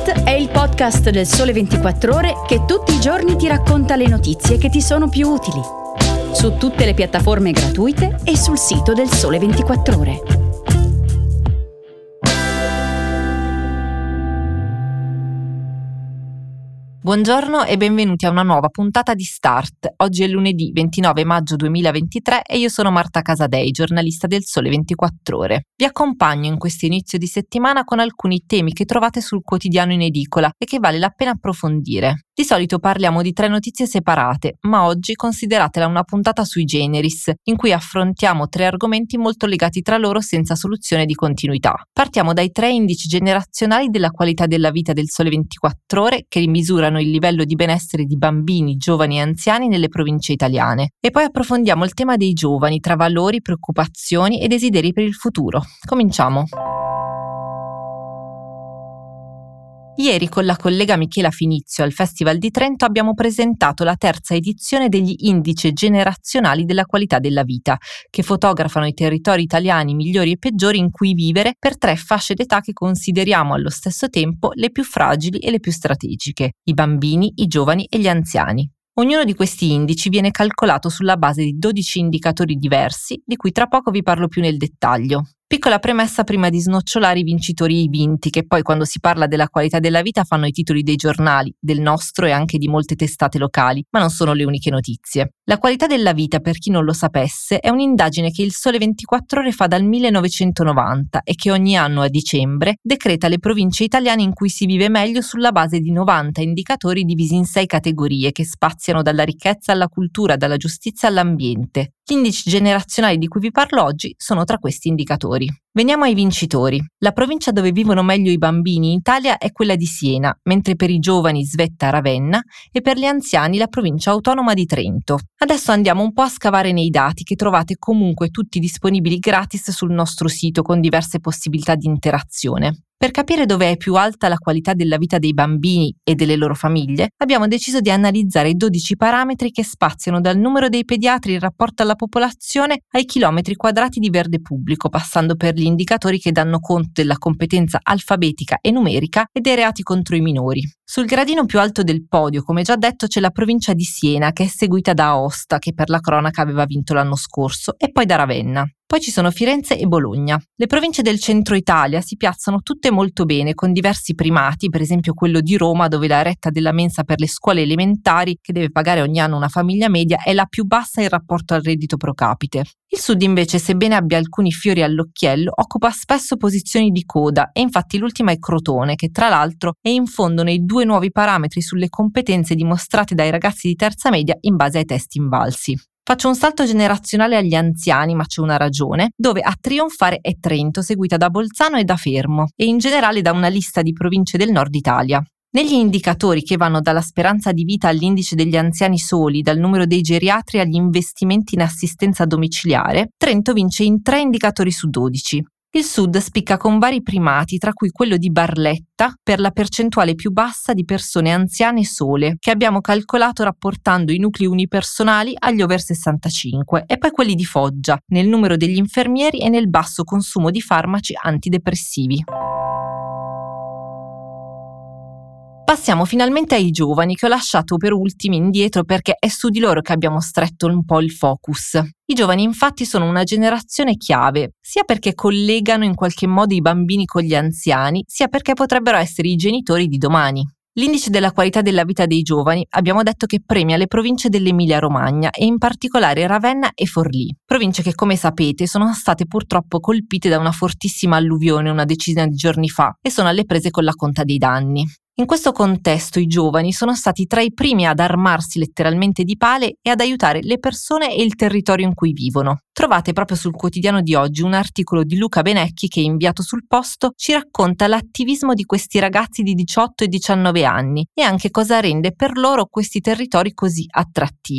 Start è il podcast del Sole 24 Ore che tutti i giorni ti racconta le notizie che ti sono più utili. Su tutte le piattaforme gratuite e sul sito del Sole 24 Ore. Buongiorno e benvenuti a una nuova puntata di Start. Oggi è lunedì 29 maggio 2023 e io sono Marta Casadei, giornalista del Sole 24 Ore. Vi accompagno in questo inizio di settimana con alcuni temi che trovate sul quotidiano in edicola e che vale la pena approfondire. Di solito parliamo di 3 notizie separate, ma oggi consideratela una puntata sui generis, in cui affrontiamo 3 argomenti molto legati tra loro senza soluzione di continuità. Partiamo dai 3 indici generazionali della qualità della vita del Sole 24 Ore che misurano il livello di benessere di bambini, giovani e anziani nelle province italiane. E poi approfondiamo il tema dei giovani tra valori, preoccupazioni e desideri per il futuro. Cominciamo! Ieri con la collega Michela Finizio al Festival di Trento abbiamo presentato la 3ª edizione degli indici generazionali della qualità della vita, che fotografano i territori italiani migliori e peggiori in cui vivere per 3 fasce d'età che consideriamo allo stesso tempo le più fragili e le più strategiche: i bambini, i giovani e gli anziani. Ognuno di questi indici viene calcolato sulla base di 12 indicatori diversi, di cui tra poco vi parlo più nel dettaglio. Piccola premessa prima di snocciolare i vincitori e i vinti, che poi quando si parla della qualità della vita fanno i titoli dei giornali, del nostro e anche di molte testate locali, ma non sono le uniche notizie. La qualità della vita, per chi non lo sapesse, è un'indagine che il Sole 24 Ore fa dal 1990 e che ogni anno a dicembre decreta le province italiane in cui si vive meglio sulla base di 90 indicatori divisi in 6 categorie che spaziano dalla ricchezza alla cultura, dalla giustizia all'ambiente. Gli indici generazionali di cui vi parlo oggi sono tra questi indicatori. Veniamo ai vincitori. La provincia dove vivono meglio i bambini in Italia è quella di Siena, mentre per i giovani svetta Ravenna e per gli anziani la provincia autonoma di Trento. Adesso andiamo un po' a scavare nei dati che trovate comunque tutti disponibili gratis sul nostro sito con diverse possibilità di interazione. Per capire dove è più alta la qualità della vita dei bambini e delle loro famiglie, abbiamo deciso di analizzare i 12 parametri che spaziano dal numero dei pediatri in rapporto alla popolazione ai chilometri quadrati di verde pubblico, passando per gli indicatori che danno conto della competenza alfabetica e numerica e dei reati contro i minori. Sul gradino più alto del podio, come già detto, c'è la provincia di Siena, che è seguita da Aosta, che per la cronaca aveva vinto l'anno scorso, e poi da Ravenna. Poi ci sono Firenze e Bologna. Le province del centro Italia si piazzano tutte molto bene, con diversi primati, per esempio quello di Roma, dove la retta della mensa per le scuole elementari, che deve pagare ogni anno una famiglia media, è la più bassa in rapporto al reddito pro capite. Il sud invece, sebbene abbia alcuni fiori all'occhiello, occupa spesso posizioni di coda e infatti l'ultima è Crotone, che tra l'altro è in fondo nei 2 nuovi parametri sulle competenze dimostrate dai ragazzi di terza media in base ai test invalsi. Faccio un salto generazionale agli anziani, ma c'è una ragione, dove a trionfare è Trento, seguita da Bolzano e da Fermo, e in generale da una lista di province del nord Italia. Negli indicatori che vanno dalla speranza di vita all'indice degli anziani soli, dal numero dei geriatri agli investimenti in assistenza domiciliare, Trento vince in 3 indicatori su 12. Il sud spicca con vari primati, tra cui quello di Barletta per la percentuale più bassa di persone anziane sole, che abbiamo calcolato rapportando i nuclei unipersonali agli over 65, e poi quelli di Foggia, nel numero degli infermieri e nel basso consumo di farmaci antidepressivi. Passiamo finalmente ai giovani, che ho lasciato per ultimi indietro perché è su di loro che abbiamo stretto un po' il focus. I giovani infatti sono una generazione chiave, sia perché collegano in qualche modo i bambini con gli anziani, sia perché potrebbero essere i genitori di domani. L'indice della qualità della vita dei giovani abbiamo detto che premia le province dell'Emilia-Romagna e in particolare Ravenna e Forlì, province che come sapete sono state purtroppo colpite da una fortissima alluvione una decina di giorni fa e sono alle prese con la conta dei danni. In questo contesto i giovani sono stati tra i primi ad armarsi letteralmente di pale e ad aiutare le persone e il territorio in cui vivono. Trovate proprio sul quotidiano di oggi un articolo di Luca Benecchi che, inviato sul Posto, ci racconta l'attivismo di questi ragazzi di 18 e 19 anni e anche cosa rende per loro questi territori così attrattivi.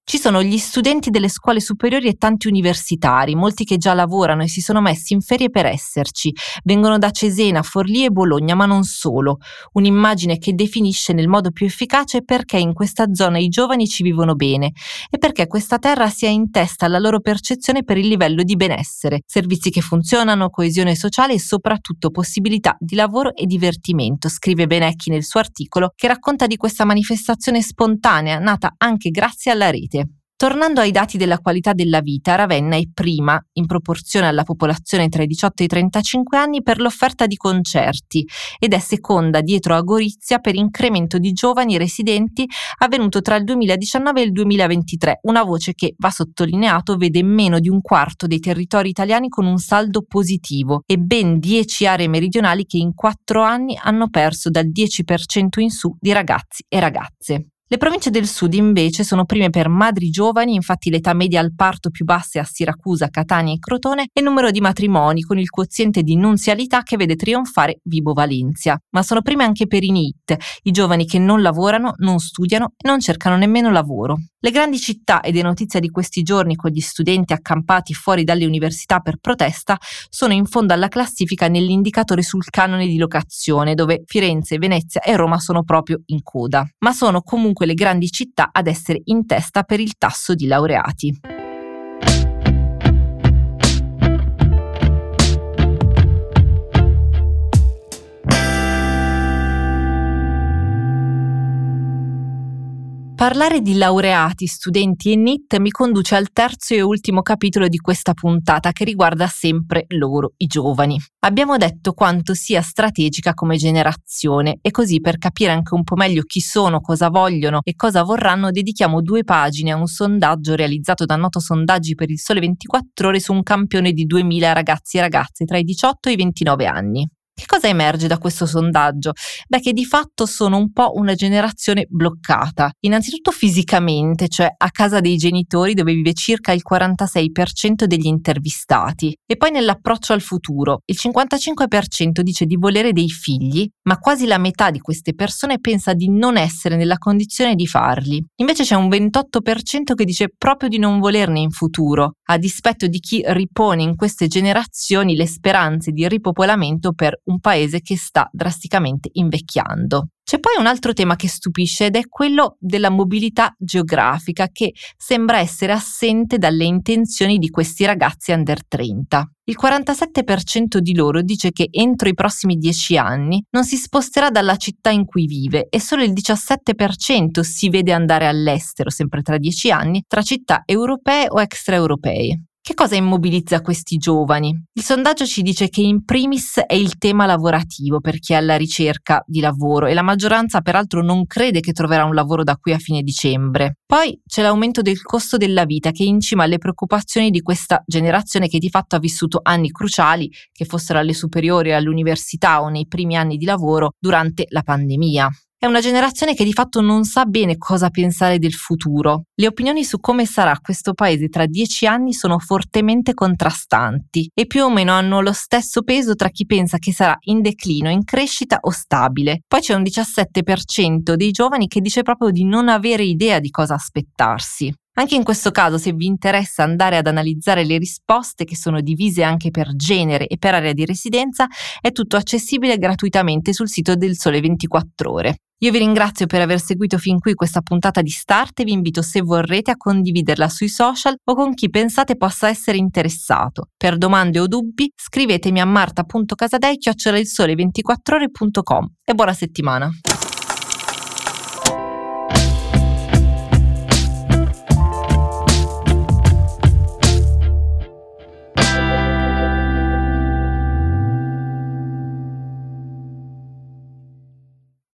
Ci sono gli studenti delle scuole superiori e tanti universitari, molti che già lavorano e si sono messi in ferie per esserci. Vengono da Cesena, Forlì e Bologna, ma non solo. Un'immagine che definisce nel modo più efficace perché in questa zona i giovani ci vivono bene e perché questa terra sia in testa alla loro percezione per il livello di benessere, servizi che funzionano, coesione sociale e soprattutto possibilità di lavoro e divertimento, scrive Benecchi nel suo articolo che racconta di questa manifestazione spontanea nata anche grazie alla rete. Tornando ai dati della qualità della vita, Ravenna è prima, in proporzione alla popolazione tra i 18 e i 35 anni, per l'offerta di concerti ed è seconda dietro a Gorizia per incremento di giovani residenti avvenuto tra il 2019 e il 2023, una voce che, va sottolineato, vede meno di un quarto dei territori italiani con un saldo positivo e ben 10 aree meridionali che in 4 anni hanno perso dal 10% in su di ragazzi e ragazze. Le province del sud invece sono prime per madri giovani, infatti l'età media al parto più bassa è a Siracusa, Catania e Crotone e numero di matrimoni con il quoziente di nunzialità che vede trionfare Vibo Valentia. Ma sono prime anche per i NEET, i giovani che non lavorano, non studiano e non cercano nemmeno lavoro. Le grandi città ed è notizia di questi giorni con gli studenti accampati fuori dalle università per protesta sono in fondo alla classifica nell'indicatore sul canone di locazione, dove Firenze, Venezia e Roma sono proprio in coda. Ma sono comunque le grandi città ad essere in testa per il tasso di laureati. Parlare di laureati, studenti e NEET mi conduce al terzo e ultimo capitolo di questa puntata che riguarda sempre loro, i giovani. Abbiamo detto quanto sia strategica come generazione e così per capire anche un po' meglio chi sono, cosa vogliono e cosa vorranno dedichiamo 2 pagine a un sondaggio realizzato da Noto Sondaggi per il Sole 24 Ore su un campione di 2000 ragazzi e ragazze tra i 18 e i 29 anni. Che cosa emerge da questo sondaggio? Beh, che di fatto sono un po' una generazione bloccata. Innanzitutto fisicamente, cioè a casa dei genitori dove vive circa il 46% degli intervistati. E poi nell'approccio al futuro. Il 55% dice di volere dei figli, ma quasi la metà di queste persone pensa di non essere nella condizione di farli. Invece c'è un 28% che dice proprio di non volerne in futuro, a dispetto di chi ripone in queste generazioni le speranze di ripopolamento per un paese che sta drasticamente invecchiando. C'è poi un altro tema che stupisce ed è quello della mobilità geografica che sembra essere assente dalle intenzioni di questi ragazzi under 30. Il 47% di loro dice che entro i prossimi 10 anni non si sposterà dalla città in cui vive e solo il 17% si vede andare all'estero, sempre tra 10 anni, tra città europee o extraeuropee. Che cosa immobilizza questi giovani? Il sondaggio ci dice che in primis è il tema lavorativo per chi è alla ricerca di lavoro e la maggioranza peraltro non crede che troverà un lavoro da qui a fine dicembre. Poi c'è l'aumento del costo della vita che è in cima alle preoccupazioni di questa generazione che di fatto ha vissuto anni cruciali, che fossero alle superiori, all'università o nei primi anni di lavoro durante la pandemia. È una generazione che di fatto non sa bene cosa pensare del futuro. Le opinioni su come sarà questo paese tra 10 anni sono fortemente contrastanti e più o meno hanno lo stesso peso tra chi pensa che sarà in declino, in crescita o stabile. Poi c'è un 17% dei giovani che dice proprio di non avere idea di cosa aspettarsi. Anche in questo caso, se vi interessa andare ad analizzare le risposte, che sono divise anche per genere e per area di residenza, è tutto accessibile gratuitamente sul sito del Sole 24 Ore. Io vi ringrazio per aver seguito fin qui questa puntata di Start e vi invito, se vorrete, a condividerla sui social o con chi pensate possa essere interessato. Per domande o dubbi scrivetemi a marta.casadei@ilsole24ore.com e buona settimana.